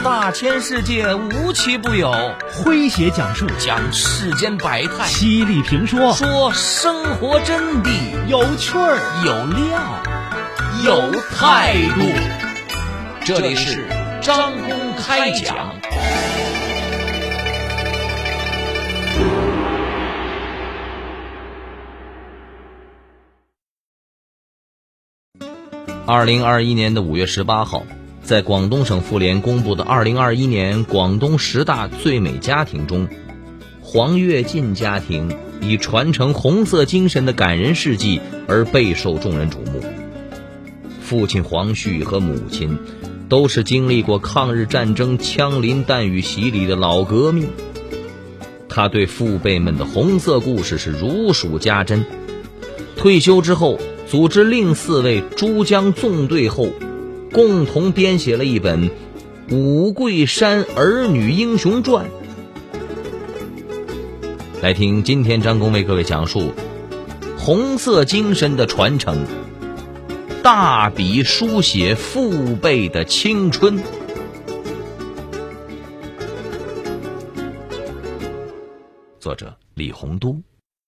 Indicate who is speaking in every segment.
Speaker 1: 大千世界无奇不有，
Speaker 2: 诙谐讲述
Speaker 1: 讲世间百态，
Speaker 2: 犀利评说
Speaker 1: 说生活真谛，
Speaker 2: 有趣儿
Speaker 1: 有料有态度。这里是张公开讲。2021年5月18号，在广东省妇联公布的2021年广东10大最美家庭中，黄跃进家庭以传承红色精神的感人事迹而备受众人瞩目。父亲黄旭和母亲都是经历过抗日战争枪林弹雨洗礼的老革命，他对父辈们的红色故事是如数家珍。退休之后组织另4位珠江纵队后，共同编写了一本《五桂山儿女英雄传》。来听今天张公为各位讲述红色精神的传承，大笔书写父辈的青春。作者李洪都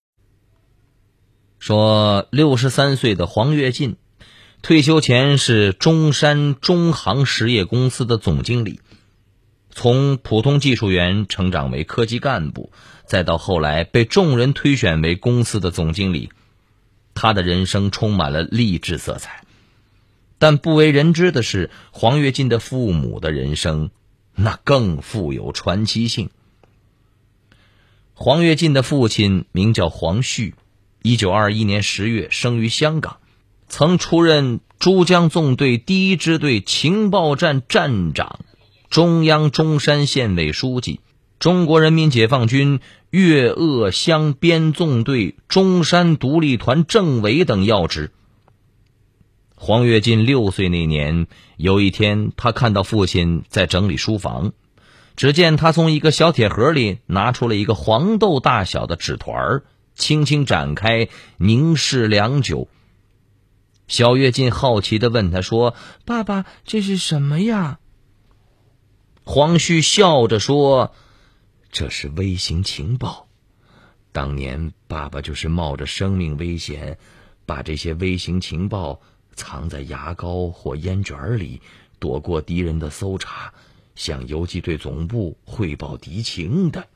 Speaker 1: 说，63岁的黄跃进退休前是中山中航实业公司的总经理，从普通技术员成长为科级干部，再到后来被众人推选为公司的总经理。他的人生充满了励志色彩。但不为人知的是，黄跃进的父母的人生那更富有传奇性。黄跃进的父亲名叫黄旭，1921年10月生于香港，曾出任珠江纵队第1支队情报站站长、中央中山县委书记、中国人民解放军粤鄂湘边纵队中山独立团政委等要职。黄跃进6岁那年，有一天他看到父亲在整理书房，只见他从一个小铁盒里拿出了一个黄豆大小的纸团，轻轻展开，凝视良久。小跃进好奇地问他说：“爸爸，这是什么呀？”黄旭笑着说：“这是微型情报。当年爸爸就是冒着生命危险，把这些微型情报藏在牙膏或烟卷里，躲过敌人的搜查，向游击队总部汇报敌情的。”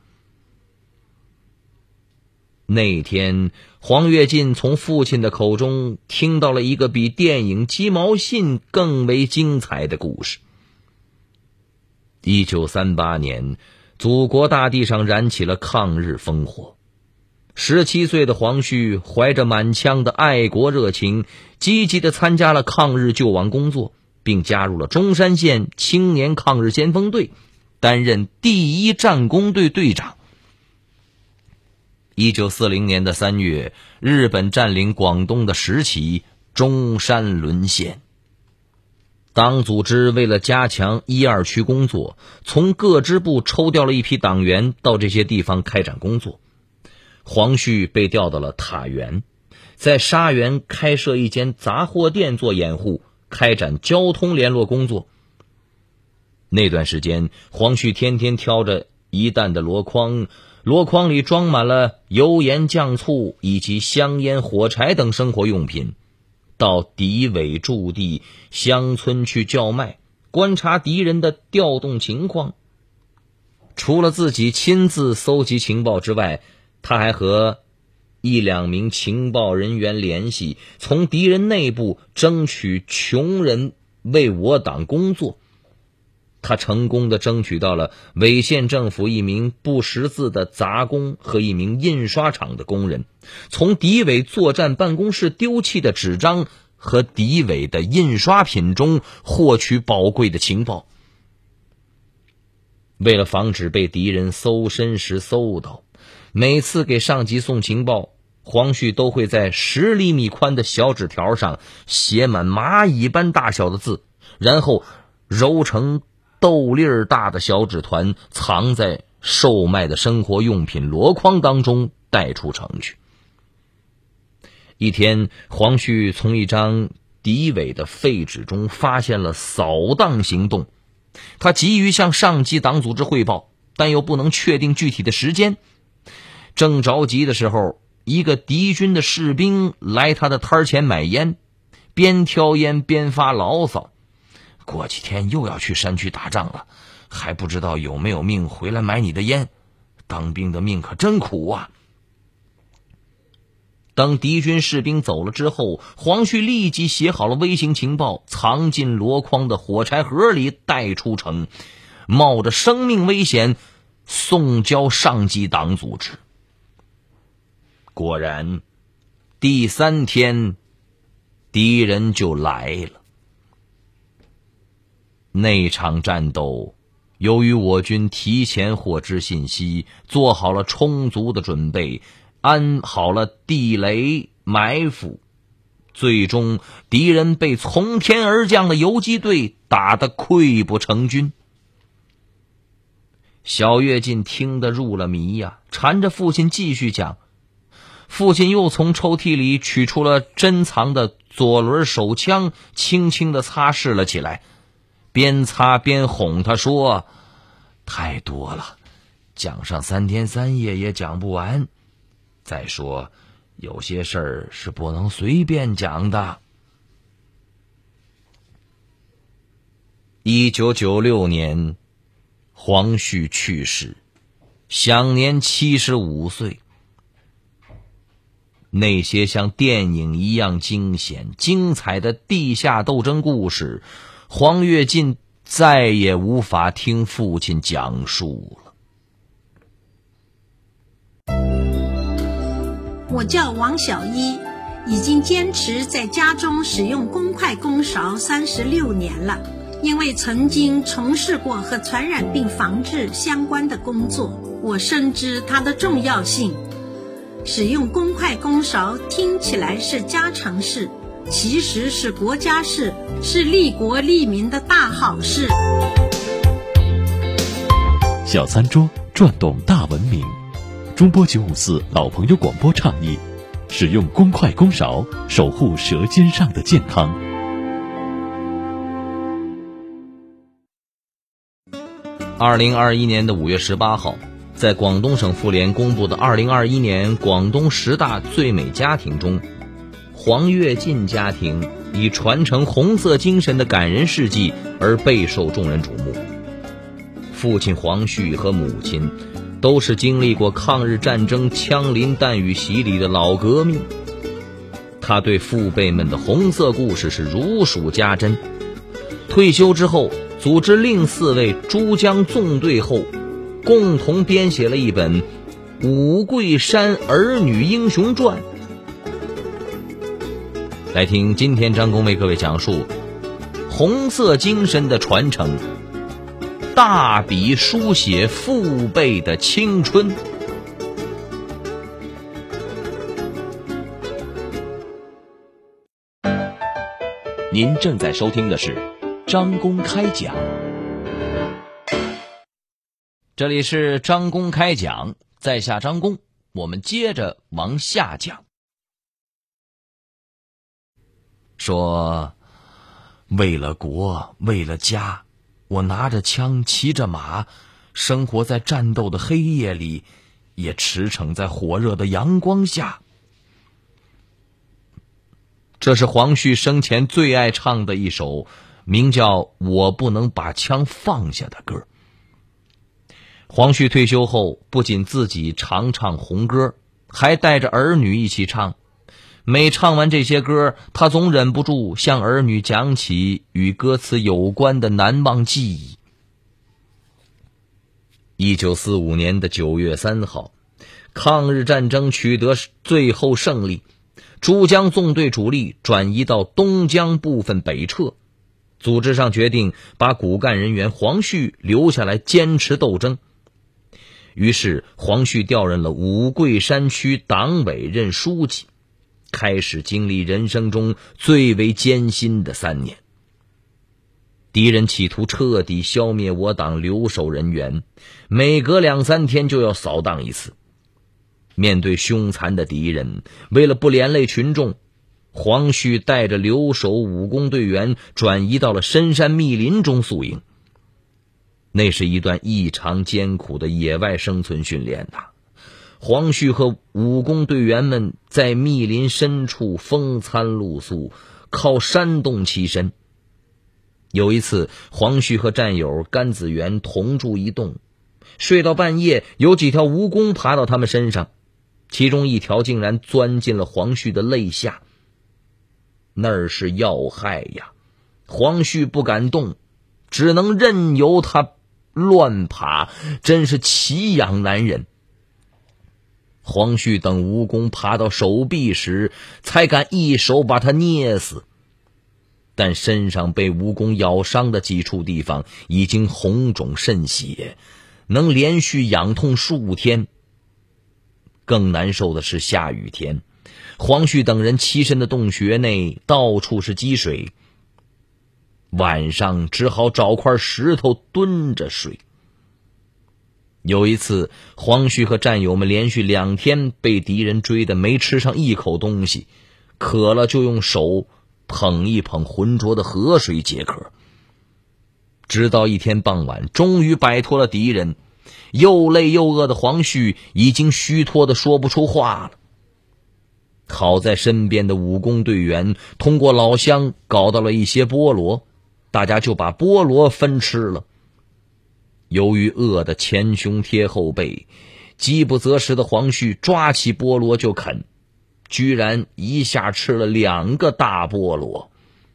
Speaker 1: 那天，黄跃进从父亲的口中听到了一个比电影《鸡毛信》更为精彩的故事。1938年，祖国大地上燃起了抗日烽火。17岁的黄旭怀着满腔的爱国热情，积极地参加了抗日救亡工作，并加入了中山县青年抗日先锋队，担任第1战工队队长。1940年的3月，日本占领广东的时期，中山沦陷。党组织为了加强1、2区工作，从各支部抽调了一批党员到这些地方开展工作。黄旭被调到了塔园，在沙园开设一间杂货店做掩护，开展交通联络工作。那段时间，黄旭天天挑着1担的箩筐，箩筐里装满了油盐酱醋以及香烟火柴等生活用品，到敌伪驻地乡村去叫卖，观察敌人的调动情况。除了自己亲自搜集情报之外，他还和1、2名情报人员联系，从敌人内部争取穷人为我党工作。他成功地争取到了伪县政府1名不识字的杂工和1名印刷厂的工人，从敌伪作战办公室丢弃的纸张和敌伪的印刷品中获取宝贵的情报。为了防止被敌人搜身时搜到，每次给上级送情报，黄旭都会在10厘米宽的小纸条上写满蚂蚁般大小的字，然后揉成豆粒儿大的小纸团，藏在售卖的生活用品箩筐当中，带出城去。一天，黄旭从一张敌伪的废纸中发现了扫荡行动， 他急于向上级党组织汇报，但又不能确定具体的时间。正着急的时候，一个敌军的士兵来他的摊前买烟，边挑烟边发牢骚，过几天又要去山区打仗了，还不知道有没有命回来买你的烟，当兵的命可真苦啊。等敌军士兵走了之后，黄旭立即写好了微型情报，藏进箩筐的火柴盒里带出城，冒着生命危险送交上级党组织。果然第3天敌人就来了。那场战斗由于我军提前获知信息，做好了充足的准备，安好了地雷埋伏，最终敌人被从天而降的游击队打得溃不成军。小跃进听得入了迷呀，缠着父亲继续讲。父亲又从抽屉里取出了珍藏的左轮手枪，轻轻地擦拭了起来，边擦边哄他说：太多了，讲上3天3夜也讲不完，再说有些事儿是不能随便讲的。1996年黄旭去世，享年75岁。那些像电影一样惊险精彩的地下斗争故事，黄跃进再也无法听父亲讲述了。
Speaker 3: 我叫王小一，已经坚持在家中使用公筷公勺36年了。因为曾经从事过和传染病防治相关的工作，我深知它的重要性。使用公筷公勺听起来是家常事，其实是国家事，是利国利民的大好事。
Speaker 2: 小餐桌转动大文明，中波954老朋友广播倡议：使用公筷公勺，守护舌尖上的健康。
Speaker 1: 2021年5月18号，在广东省妇联公布的2021年广东10大最美家庭中，黄跃进家庭以传承红色精神的感人事迹而备受众人瞩目。父亲黄旭和母亲都是经历过抗日战争枪林弹雨洗礼的老革命，他对父辈们的红色故事是如数家珍。退休之后，组织另4位珠江纵队后，共同编写了一本《五桂山儿女英雄传》。来听今天张工为各位讲述红色精神的传承，大笔书写父辈的青春。
Speaker 2: 您正在收听的是张公开讲。
Speaker 1: 这里是张公开讲，在下张公，我们接着往下讲。说为了国，为了家，我拿着枪，骑着马，生活在战斗的黑夜里，也驰骋在火热的阳光下。这是黄旭生前最爱唱的一首名叫《我不能把枪放下》的歌。黄旭退休后，不仅自己常唱红歌，还带着儿女一起唱。每唱完这些歌，他总忍不住向儿女讲起与歌词有关的难忘记忆。1945年9月3号，抗日战争取得最后胜利，珠江纵队主力转移到东江部分北撤，组织上决定把骨干人员黄旭留下来坚持斗争。于是黄旭调任了五桂山区党委任书记，开始经历人生中最为艰辛的3年。敌人企图彻底消灭我党留守人员，每隔2、3天就要扫荡一次。面对凶残的敌人，为了不连累群众，黄旭带着留守武工队员转移到了深山密林中宿营。 那是一段异常艰苦的野外生存训练呐。黄旭和武工队员们在密林深处风餐露宿，靠山洞栖身。有一次，黄旭和战友甘子元同住一洞，睡到半夜，有几条蜈蚣爬到他们身上，其中一条竟然钻进了黄旭的肋下。那儿是要害呀，黄旭不敢动，只能任由他乱爬，真是奇痒难忍。黄旭等蜈蚣爬到手臂时，才敢一手把他捏死。但身上被蜈蚣咬伤的几处地方已经红肿渗血，能连续痒痛数天。更难受的是下雨天，黄旭等人栖身的洞穴内到处是积水，晚上只好找块石头蹲着睡。有一次，黄旭和战友们连续2天被敌人追得没吃上一口东西，渴了就用手捧一捧浑浊的河水解渴。直到一天傍晚，终于摆脱了敌人，又累又饿的黄旭已经虚脱得说不出话了。好在身边的武工队员通过老乡搞到了一些菠萝，大家就把菠萝分吃了。由于饿得前胸贴后背，饥不择食的黄旭抓起菠萝就啃，居然一下吃了2个大菠萝。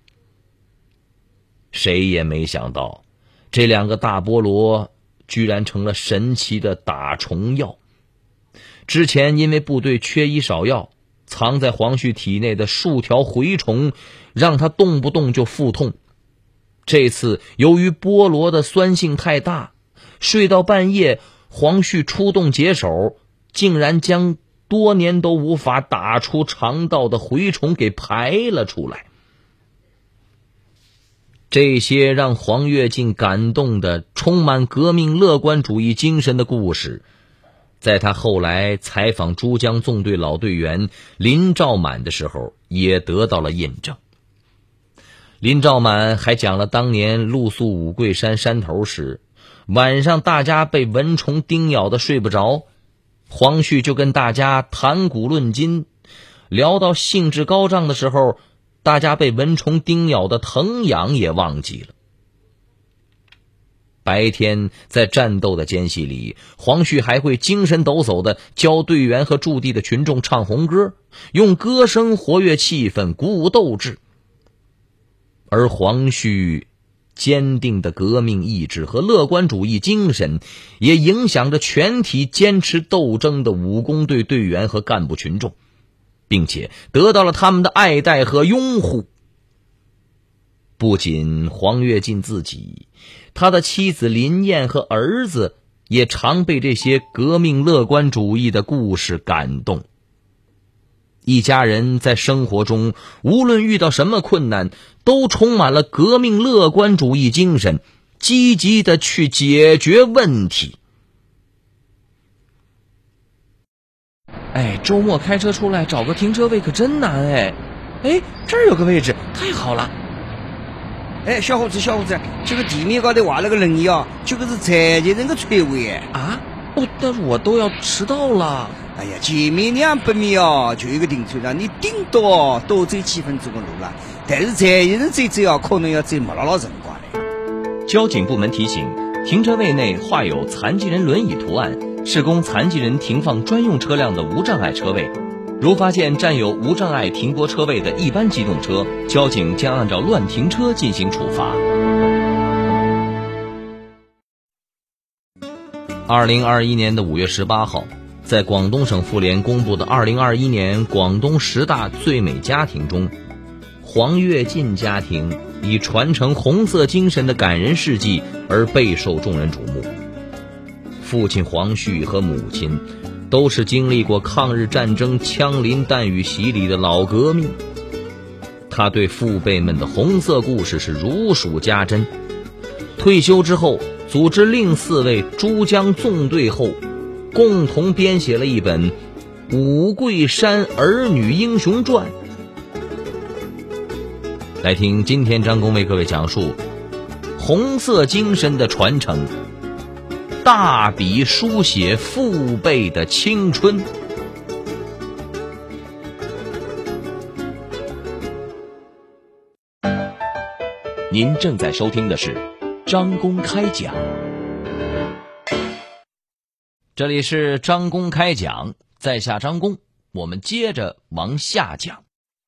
Speaker 1: 谁也没想到，这2个大菠萝居然成了神奇的打虫药。之前因为部队缺医少药，藏在黄旭体内的数条蛔虫让他动不动就腹痛。这次由于菠萝的酸性太大，睡到半夜，黄旭出动解手，竟然将多年都无法打出肠道的蛔虫给排了出来。这些让黄跃进感动的充满革命乐观主义精神的故事，在他后来采访珠江纵队老队员林兆满的时候也得到了印证。林兆满还讲了当年露宿五桂山山头时，晚上大家被蚊虫叮咬的睡不着，黄旭就跟大家谈古论今，聊到兴致高涨的时候，大家被蚊虫叮咬的疼痒也忘记了。白天在战斗的间隙里，黄旭还会精神抖擞地教队员和驻地的群众唱红歌，用歌声活跃气氛，鼓舞斗志。而黄旭坚定的革命意志和乐观主义精神，也影响着全体坚持斗争的武工队队员和干部群众，并且得到了他们的爱戴和拥护。不仅黄跃进自己，他的妻子林燕和儿子也常被这些革命乐观主义的故事感动。一家人在生活中无论遇到什么困难，都充满了革命乐观主义精神，积极的去解决问题。
Speaker 4: 周末开车出来找个停车位可真难这儿有个位置，太好了。
Speaker 5: 小伙子，这个地面高头画了个轮椅啊，这个是残疾人的车位
Speaker 4: 啊。但是我都要迟到了。
Speaker 5: 前面200米就有一个停车场，你顶多走7分钟的路了。但是残疾人走可能要走没老辰光嘞。
Speaker 1: 交警部门提醒，停车位内画有残疾人轮椅图案，是供残疾人停放专用车辆的无障碍车位。如发现占有无障碍停泊车位的一般机动车，交警将按照乱停车进行处罚。2021年的5月18号，在广东省妇联公布的2021年广东10大最美家庭中，黄跃进家庭以传承红色精神的感人事迹而备受众人瞩目。父亲黄旭和母亲都是经历过抗日战争枪林弹雨洗礼的老革命，他对父辈们的红色故事是如数家珍。退休之后，组织另4位珠江纵队后，共同编写了一本《五桂山儿女英雄传》。来听今天张工为各位讲述红色精神的传承，大笔书写父辈的青春。
Speaker 2: 您正在收听的是张公开讲，
Speaker 1: 这里是张公开讲，在下张公，我们接着往下讲。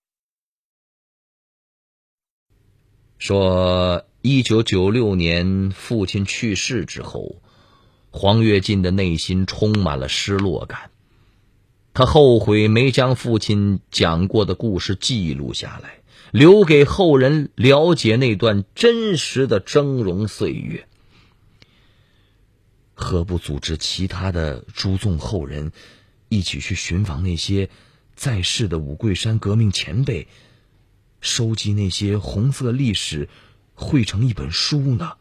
Speaker 1: 说1996年父亲去世之后，黄跃进的内心充满了失落感。他后悔没将父亲讲过的故事记录下来，留给后人了解那段真实的峥嵘岁月。何不组织其他的朱纵后人一起去寻访那些在世的五桂山革命前辈，收集那些红色历史，汇成一本书呢？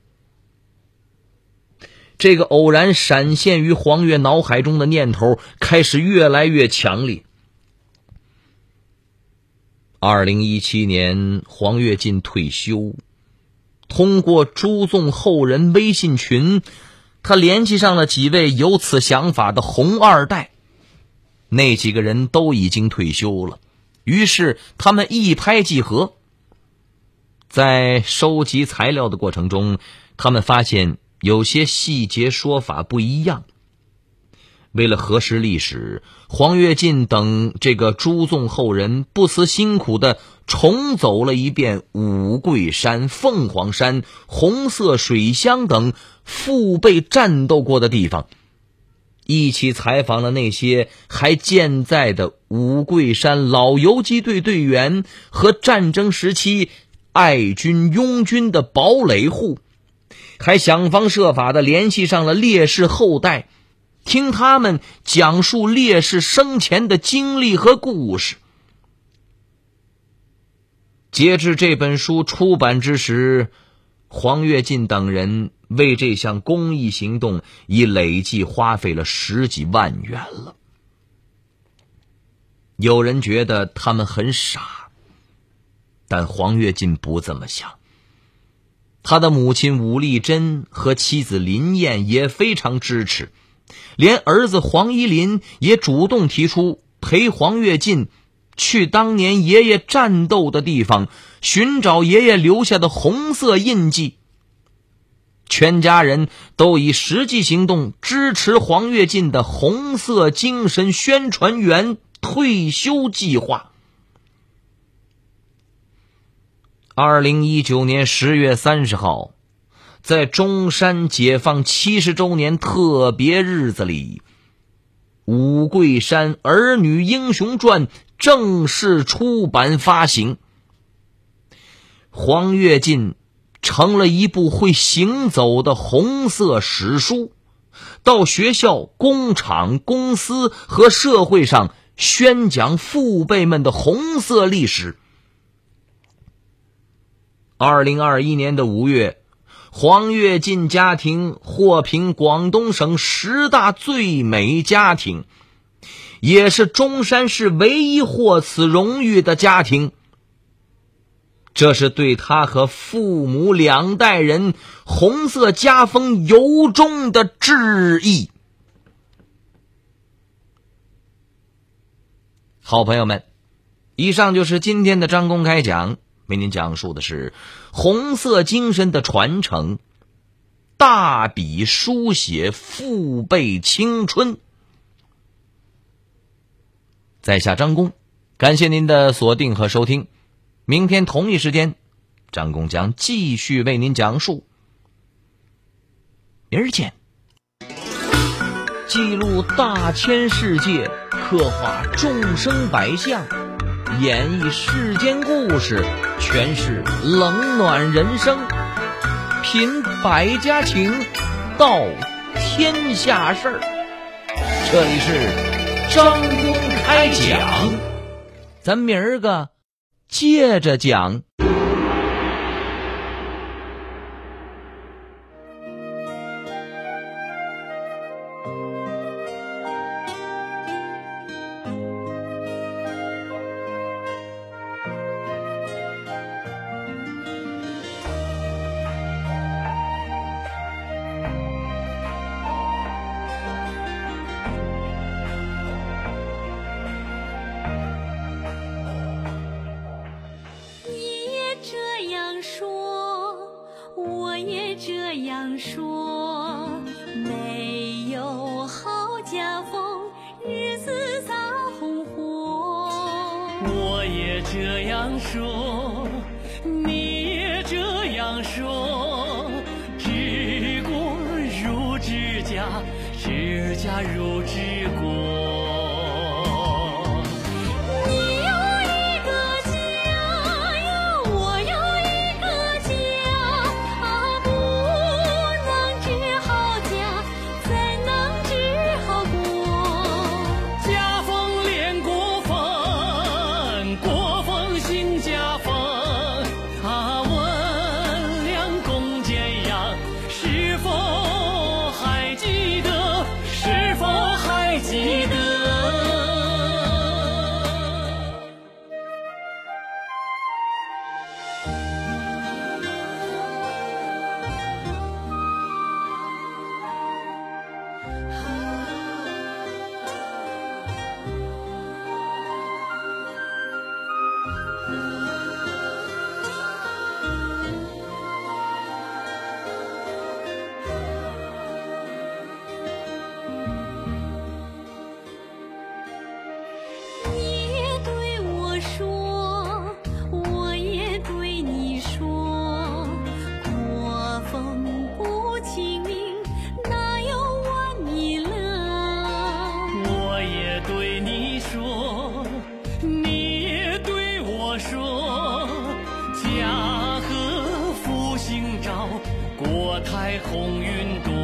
Speaker 1: 这个偶然闪现于黄跃脑海中的念头开始越来越强烈。2017年，黄跃进退休，通过朱纵后人微信群，他联系上了几位有此想法的红二代。那几个人都已经退休了，于是他们一拍即合。在收集材料的过程中，他们发现有些细节说法不一样。为了核实历史，黄跃进等这个朱纵后人不辞辛苦地重走了一遍五桂山、凤凰山、红色水乡等父辈战斗过的地方，一起采访了那些还健在的五桂山老游击队队员和战争时期爱军拥军的堡垒户，还想方设法地联系上了烈士后代，听他们讲述烈士生前的经历和故事。截至这本书出版之时，黄跃进等人为这项公益行动已累计花费了10几万元了。有人觉得他们很傻，但黄跃进不这么想。他的母亲武丽珍和妻子林燕也非常支持，连儿子黄一林也主动提出陪黄跃进去当年爷爷战斗的地方，寻找爷爷留下的红色印记。全家人都以实际行动支持黄跃进的红色精神宣传员退休计划。2019年10月30号，在中山解放70周年特别日子里，五桂山儿女英雄传正式出版发行。黄跃进成了一部会行走的红色史书，到学校、工厂、公司和社会上宣讲父辈们的红色历史。2021年的5月，黄跃进家庭获评广东省10大最美家庭，也是中山市唯一获此荣誉的家庭。这是对他和父母2代人红色家风由衷的致意。好朋友们，以上就是今天的张公开讲，为您讲述的是红色精神的传承，大笔书写父辈青春。在下张公，感谢您的锁定和收听。明天同一时间，张公将继续为您讲述。明儿见。记录大千世界，刻画众生百相，演绎世间故事，诠释冷暖人生，品百家情，道天下事儿。这里是张公开讲，咱明儿个接着讲。
Speaker 6: 也这样说，没有好家风，日子咋红火？
Speaker 7: 我也这样说，你也这样说，治国如治家，治家如治国。记得国泰鸿运多，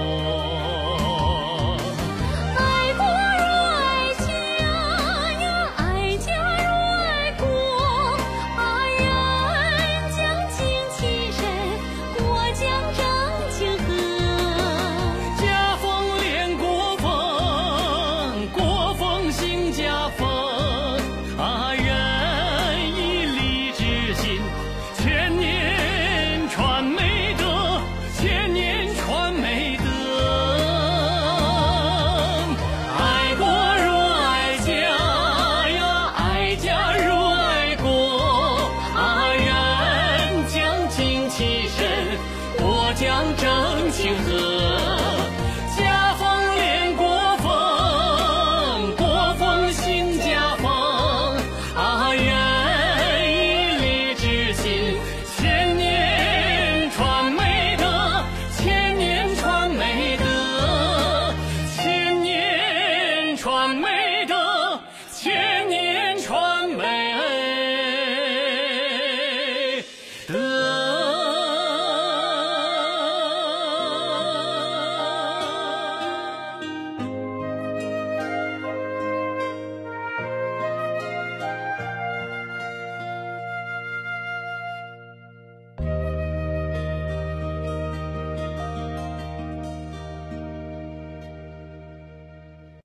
Speaker 6: 爱国如爱家呀，爱家如爱国。人将精气神，国将正气和。
Speaker 7: 家风连国风，国风兴家风。人以礼智信，千年传美德。千年传美德，爱国如爱家呀，爱家如爱国。人将精气神，国将正气和。